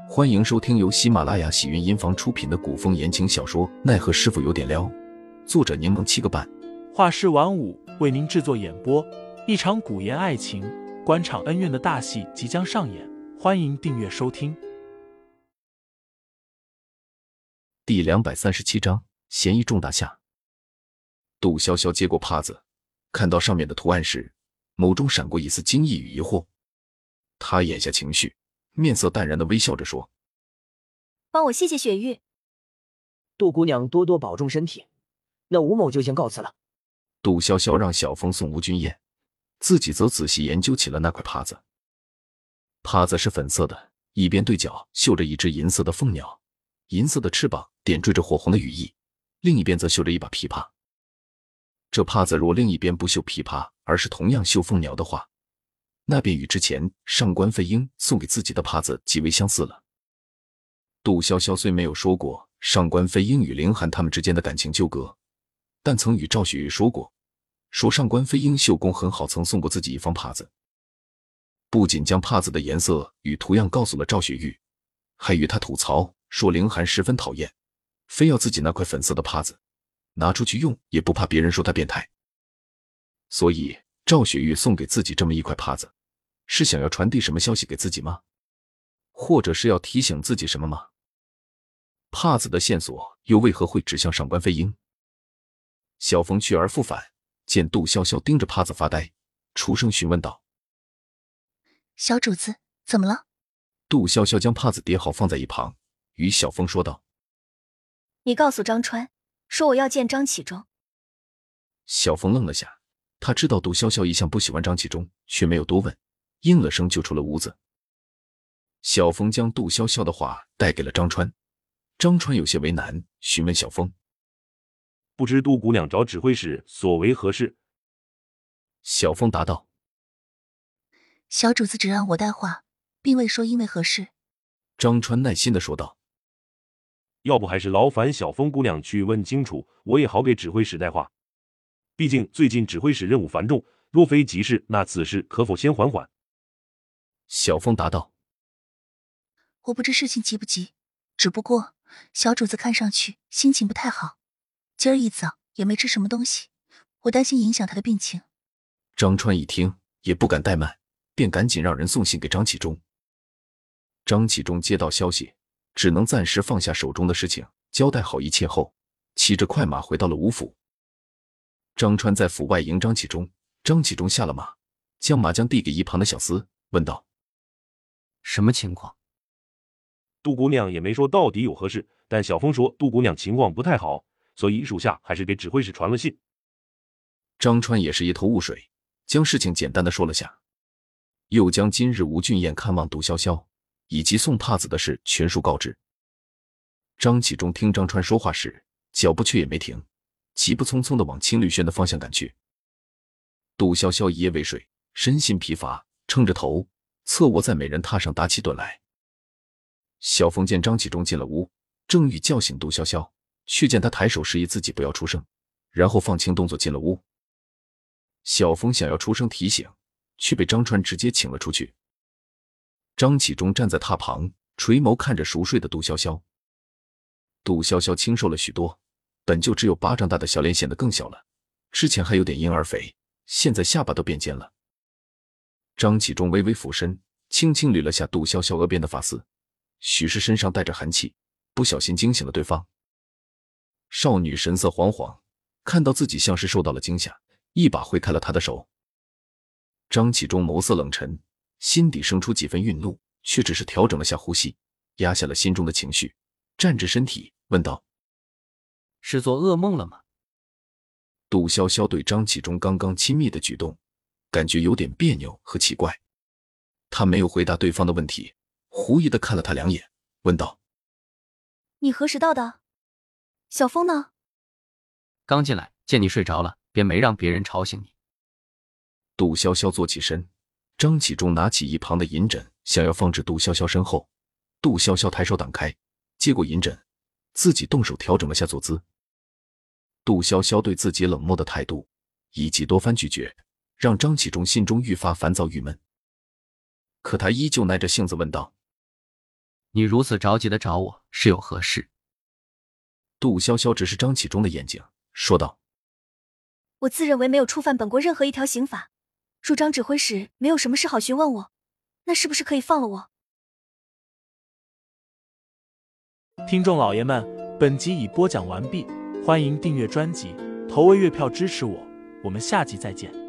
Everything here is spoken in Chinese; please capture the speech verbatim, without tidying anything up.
欢迎收听由喜马拉雅喜云音房出品的古风言情小说《奈何师傅有点撩》，作者柠檬七个半， 画师晚舞为您制作演播。一场古言爱情、官场恩怨的大戏即将上演，欢迎订阅收听。 第两百三十七章，嫌疑重大下。杜潇潇接过帕子，看到上面的图案时，眸中闪过一丝惊异与疑惑。他掩下情绪，面色淡然地微笑着说：“ 帮我谢谢雪玉。” 杜姑娘多多保重身体，那吴某就先告辞了。 杜潇潇让小峰送吴君燕，自己则仔细研究起了那块帕子。帕子是粉色的，一边对角绣着一只银色的凤鸟，银色的翅膀点缀着火红的羽翼，另一边则绣着一把琵琶。这帕子若另一边不绣琵琶，而是同样绣凤鸟的话，那便与之前上官飞鹰送给自己的帕子极为相似了。杜潇潇虽没有说过上官飞鹰与凌寒他们之间的感情纠葛，但曾与赵雪玉说过，说上官飞鹰绣工很好，曾送过自己一方帕子。不仅将帕子的颜色与图样告诉了赵雪玉，还与他吐槽说凌寒十分讨厌，非要自己那块粉色的帕子拿出去用，也不怕别人说他变态。所以赵雪玉送给自己这么一块帕子，是想要传递什么消息给自己吗？或者是要提醒自己什么吗？帕子的线索又为何会指向上官飞鹰？小峰去而复返，见杜潇潇盯着帕子发呆，出声询问道：“ 小主子，怎么了？” 杜潇潇将帕子叠好放在一旁，与小峰说道：“ 你告诉张川，说我要见张启忠。” 小峰愣了下，他知道杜潇潇一向不喜欢张启忠，却没有多问，应了声就出了屋子。小峰将杜潇潇的话带给了张川，张川有些为难，询问小峰：“ 不知杜姑娘找指挥使所为何事？” 小峰答道：“ 小主子只让我带话，并未说因为何事。” 张川耐心地说道：“ 要不还是劳烦小峰姑娘去问清楚，我也好给指挥使带话。毕竟最近指挥使任务繁重，若非急事，那此事可否先缓缓？” 小峰答道：“ 我不知事情急不急，只不过小主子看上去心情不太好，今儿一早也没吃什么东西，我担心影响他的病情。” 张川一听也不敢怠慢，便赶紧让人送信给张启忠。张启忠接到消息，只能暂时放下手中的事情，交代好一切后，骑着快马回到了吴府。张川在府外迎张启忠，张启忠下了马，将马缰递给一旁的小厮，问道：“ 什么情况？” 杜姑娘也没说到底有何事，但小峰说杜姑娘情况不太好，所以属下还是给指挥使传了信。 张川也是一头雾水，将事情简单的说了下，又将今日吴俊彦看望杜潇潇以及送帕子的事全数告知。张启忠听张川说话时，脚步却也没停，急不匆匆地往青绿轩的方向赶去。杜潇潇一夜未睡，身心疲乏，撑着头侧卧在美人榻上打起盹来。小峰见张启忠进了屋，正欲叫醒杜潇潇，却见他抬手示意自己不要出声，然后放轻动作进了屋。小峰想要出声提醒，却被张川直接请了出去。张启忠站在榻旁，垂眸看着熟睡的杜潇潇。杜潇潇清瘦了许多，本就只有巴掌大的小脸显得更小了，之前还有点婴儿肥，现在下巴都变尖了。张启忠微微俯身，轻轻捋了下杜潇潇额边的发丝，许是身上带着寒气，不小心惊醒了对方。少女神色惶惶，看到自己像是受到了惊吓，一把挥开了他的手。张启忠眸色冷沉，心底生出几分愠怒，却只是调整了下呼吸，压下了心中的情绪，站直身体问道：“ 是做噩梦了吗？” 杜潇潇对张启忠刚刚亲密的举动感觉有点别扭和奇怪，他没有回答对方的问题，狐疑地看了他两眼，问道：“ 你何时到的？小峰呢？” 刚进来，见你睡着了，便没让别人吵醒你。 杜潇潇坐起身，张启忠拿起一旁的银枕，想要放置杜潇潇身后。杜潇潇抬手挡开，接过银枕，自己动手调整了下坐姿。杜潇潇对自己冷漠的态度以及多番拒绝，让张启忠心中愈发烦躁郁闷。可他依旧耐着性子问道：“ 你如此着急的找我，是有何事？ 杜潇潇直视张启忠的眼睛，说道： 我自认为没有触犯本国任何一条刑法，入张指挥使没有什么事好询问我，那是不是可以放了我？ 听众老爷们，本集已播讲完毕，欢迎订阅专辑，投喂月票支持我，我们下集再见。